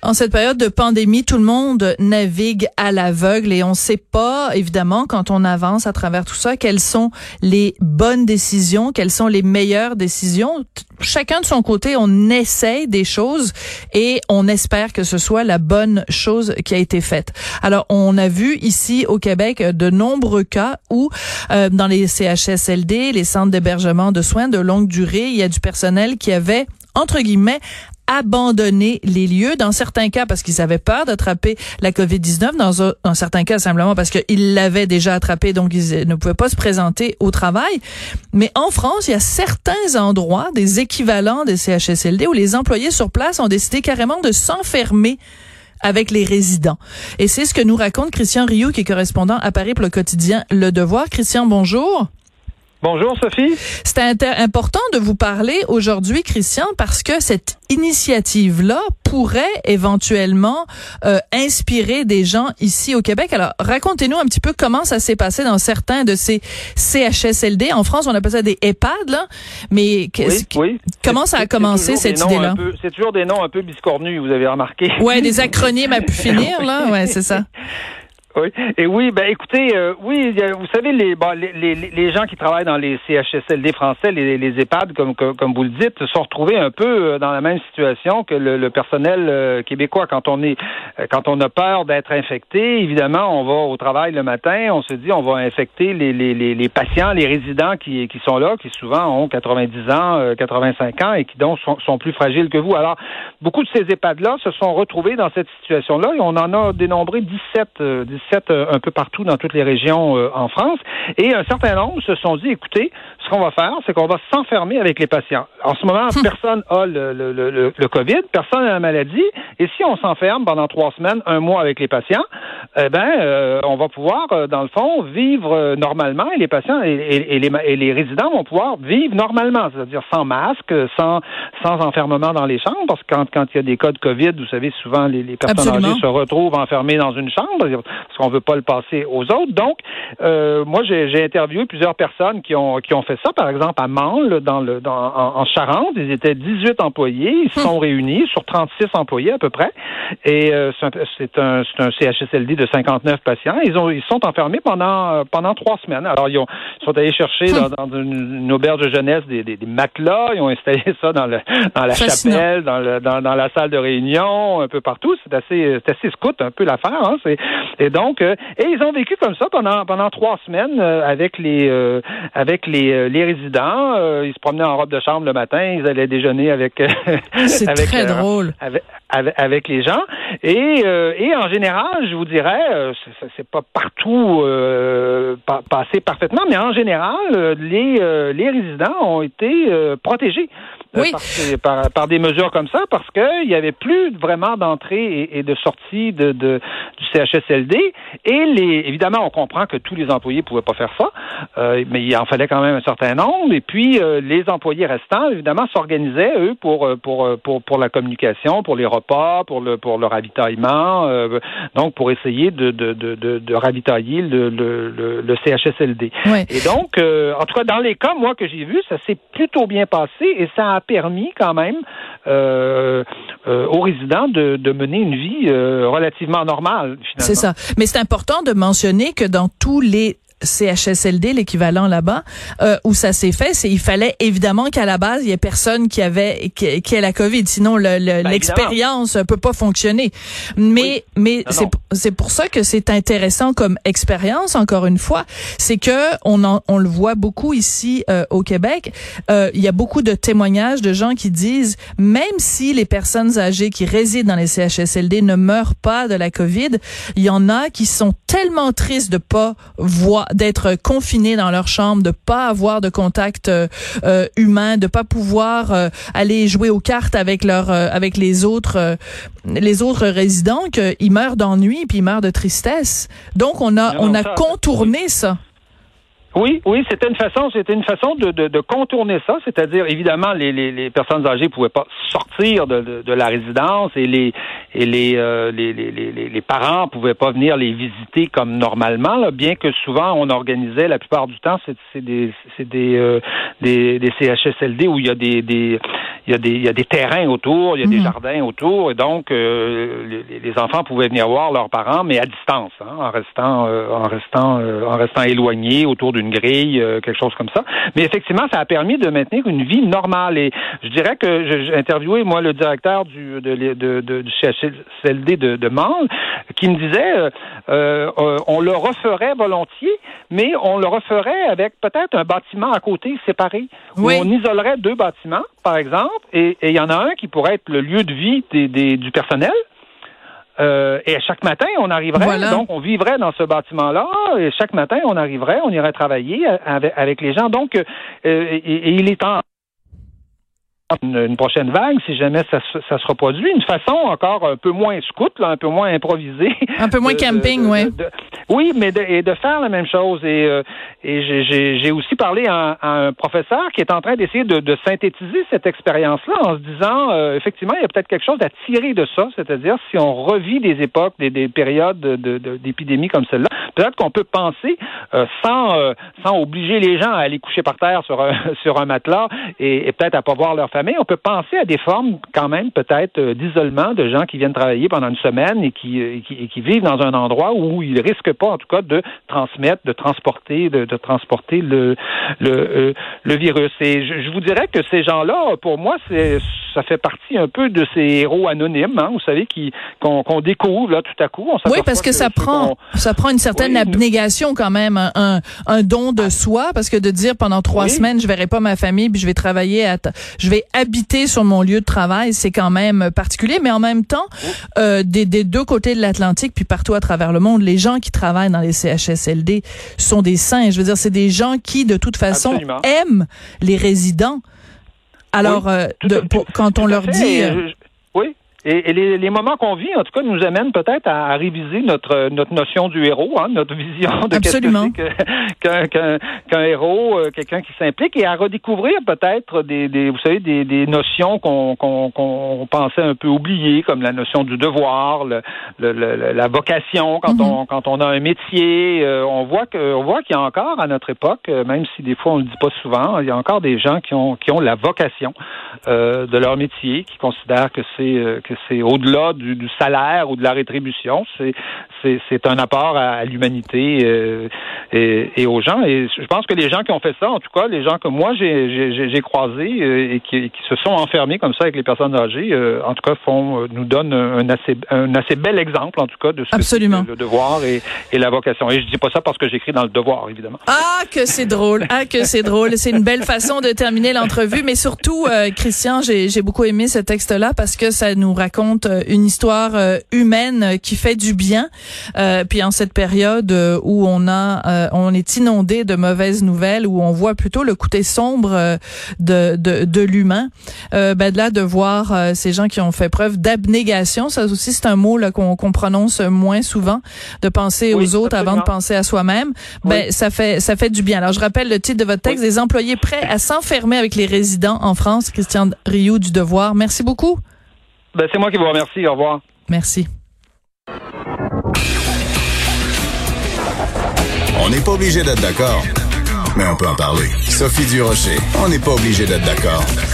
En cette période de pandémie, tout le monde navigue à l'aveugle et on ne sait pas, évidemment, quand on avance à travers tout ça, quelles sont les bonnes décisions, quelles sont les meilleures décisions. Chacun de son côté, on essaye des choses et on espère que ce soit la bonne chose qui a été faite. Alors, on a vu ici au Québec de nombreux cas où, dans les CHSLD, les centres d'hébergement de soins de longue durée, il y a du personnel qui avait, entre guillemets, abandonner les lieux, dans certains cas parce qu'ils avaient peur d'attraper la COVID-19, dans certains cas simplement parce qu'ils l'avaient déjà attrapé, donc ils ne pouvaient pas se présenter au travail. Mais en France, il y a certains endroits, des équivalents des CHSLD, où les employés sur place ont décidé carrément de s'enfermer avec les résidents. Et c'est ce que nous raconte Christian Rioux, qui est correspondant à Paris pour le quotidien Le Devoir. Christian, bonjour. Bonjour Sophie. C'est important de vous parler aujourd'hui, Christian, parce que cette initiative-là pourrait éventuellement inspirer des gens ici au Québec. Alors, racontez-nous un petit peu comment ça s'est passé dans certains de ces CHSLD. En France, on appelle ça des EHPAD, là. Mais oui. Comment ça a commencé, cette idée-là? C'est toujours des noms un peu biscornus, vous avez remarqué. Ouais, des acronymes à pu finir, là. Ouais, c'est ça. Oui. Et oui, écoutez, vous savez, les gens qui travaillent dans les CHSLD français, les EHPAD, comme vous le dites, se sont retrouvés un peu dans la même situation que le personnel québécois. Quand on a peur d'être infecté, évidemment, on va au travail le matin, on se dit on va infecter les patients, les résidents qui sont là, qui souvent ont 90 ans, 85 ans et qui donc sont plus fragiles que vous. Alors, beaucoup de ces EHPAD-là se sont retrouvés dans cette situation-là et on en a dénombré 17 un peu partout dans toutes les régions en France. Et un certain nombre se sont dit, écoutez, ce qu'on va faire, c'est qu'on va s'enfermer avec les patients. En ce moment, personne n'a le COVID, personne n'a la maladie. Et si on s'enferme pendant 3 semaines, 1 mois avec les patients, on va pouvoir, dans le fond, vivre normalement et les patients et les résidents vont pouvoir vivre normalement, c'est-à-dire sans masque, sans enfermement dans les chambres, parce que quand il y a des cas de COVID, vous savez, souvent les personnes âgées se retrouvent enfermées dans une chambre, parce qu'on veut pas le passer aux autres. Donc, moi, j'ai interviewé plusieurs personnes qui ont fait ça. Par exemple, à Mansle, en Charente, ils étaient 18 employés. Ils se sont réunis sur 36 employés à peu près. Et c'est un CHSLD de 59 patients. Ils sont enfermés pendant 3 semaines. Alors, ils sont allés chercher dans une auberge de jeunesse des matelas. Ils ont installé ça dans la chapelle, dans la salle de réunion, un peu partout. C'est assez scout un peu l'affaire. Hein? Et donc, et ils ont vécu comme ça pendant 3 semaines avec les résidents. Ils se promenaient en robe de chambre le matin. Ils allaient déjeuner avec. C'est très drôle. Avec les gens. Et en général, je vous dirais, c'est pas partout passé parfaitement, mais en général, les résidents ont été protégés. Oui. Par des mesures comme ça, parce qu'il y avait plus vraiment d'entrée et de sortie du CHSLD. Et évidemment, on comprend que tous les employés pouvaient pas faire ça, mais il en fallait quand même un certain nombre. Et puis, les employés restants, évidemment, s'organisaient, eux, pour la communication, pour les repas, pour le ravitaillement, donc pour essayer de ravitailler le CHSLD. Oui. Et donc, en tout cas, dans les cas, moi, que j'ai vus, ça s'est plutôt bien passé et ça a permis quand même aux résidents de mener une vie relativement normale, finalement. C'est ça. Mais c'est important de mentionner que dans tous les CHSLD, l'équivalent là-bas, où ça s'est fait, il fallait évidemment qu'à la base, il y ait personne qui ait la COVID. Sinon, l'expérience peut pas fonctionner. Mais c'est pour ça que c'est intéressant comme expérience, encore une fois. C'est que on le voit beaucoup ici, au Québec. Il y a beaucoup de témoignages de gens qui disent, même si les personnes âgées qui résident dans les CHSLD ne meurent pas de la COVID, il y en a qui sont tellement tristes de pas d'être confinés dans leur chambre, de pas avoir de contact humain, de pas pouvoir aller jouer aux cartes avec les autres résidents, qu'ils meurent d'ennui puis ils meurent de tristesse. Donc on a contourné ça. Oui, c'était une façon de contourner ça, c'est-à-dire évidemment les personnes âgées pouvaient pas sortir de la résidence et les parents pouvaient pas venir les visiter comme normalement, là, bien que souvent on organisait, la plupart du temps c'est des CHSLD où il y a y a des terrains autour, il y a des jardins autour, et donc les enfants pouvaient venir voir leurs parents, mais à distance, en restant éloignés autour d'une grille, quelque chose comme ça. Mais effectivement, ça a permis de maintenir une vie normale. Et je dirais que j'ai interviewé, moi, le directeur du CHSLD de Mansle, qui me disait on le referait volontiers, mais on le referait avec peut-être un bâtiment à côté séparé, où on isolerait 2 bâtiments, par exemple, et il y en a un qui pourrait être le lieu de vie du personnel. Et chaque matin, on arriverait, donc on vivrait dans ce bâtiment-là, et chaque matin, on irait travailler avec les gens. Donc, et il est en une prochaine vague, si jamais ça se reproduit, une façon encore un peu moins scout, là, un peu moins improvisée. Un peu moins camping, oui. Oui, mais de faire la même chose. Et j'ai aussi parlé à un professeur qui est en train d'essayer de synthétiser cette expérience-là en se disant, effectivement, il y a peut-être quelque chose à tirer de ça, c'est-à-dire si on revit des époques, des périodes d'épidémie comme celle-là, peut-être qu'on peut penser sans obliger les gens à aller coucher par terre sur un matelas et peut-être à pas voir leur famille. On peut penser à des formes quand même peut-être d'isolement de gens qui viennent travailler pendant une semaine et qui vivent dans un endroit où ils risquent pas en tout cas de transmettre, de transporter le virus. Et je vous dirais que ces gens-là, pour moi, ça fait partie un peu de ces héros anonymes, vous savez, qu'on découvre là tout à coup. Oui, parce que ça prend une certaine abnégation quand même, un don de soi, parce que de dire pendant 3 semaines je verrai pas ma famille puis je vais travailler je vais habiter sur mon lieu de travail, c'est quand même particulier, mais en même temps, des 2 côtés de l'Atlantique puis partout à travers le monde, les gens qui travaillent dans les CHSLD sont des saints. Je veux dire, c'est des gens qui de toute façon aiment les résidents. Alors, quand on leur dit... Oui. Et les moments qu'on vit, en tout cas, nous amènent peut-être à réviser notre notion du héros, notre vision de qu'est-ce que c'est qu'un héros, quelqu'un qui s'implique, et à redécouvrir peut-être des notions qu'on pensait un peu oubliées, comme la notion du devoir, la vocation quand on a un métier. On voit qu'il y a encore à notre époque, même si des fois on le dit pas souvent, il y a encore des gens qui ont la vocation de leur métier, qui considèrent que c'est au-delà du salaire ou de la rétribution. C'est un apport à l'humanité et aux gens. Et je pense que les gens qui ont fait ça, en tout cas, les gens que moi j'ai croisés et qui se sont enfermés comme ça avec les personnes âgées, en tout cas, nous donnent un assez bel exemple, en tout cas, de ce que c'est le devoir et la vocation. Et je dis pas ça parce que j'écris dans le devoir, évidemment. Ah, que c'est drôle! C'est une belle façon de terminer l'entrevue, mais surtout, Christian, j'ai beaucoup aimé ce texte-là parce que ça nous raconte une histoire humaine qui fait du bien. Puis en cette période où on est inondé de mauvaises nouvelles, où on voit plutôt le côté sombre de l'humain, de là de voir ces gens qui ont fait preuve d'abnégation, ça aussi c'est un mot là qu'on prononce moins souvent, de penser aux autres avant de penser à soi-même. Ça fait du bien. Alors je rappelle le titre de votre texte, des employés prêts à s'enfermer avec les résidents en France. Christian Rioux du Devoir. Merci beaucoup. C'est moi qui vous remercie. Au revoir. Merci. On n'est pas obligé d'être d'accord, mais on peut en parler. Sophie Durocher, on n'est pas obligé d'être d'accord.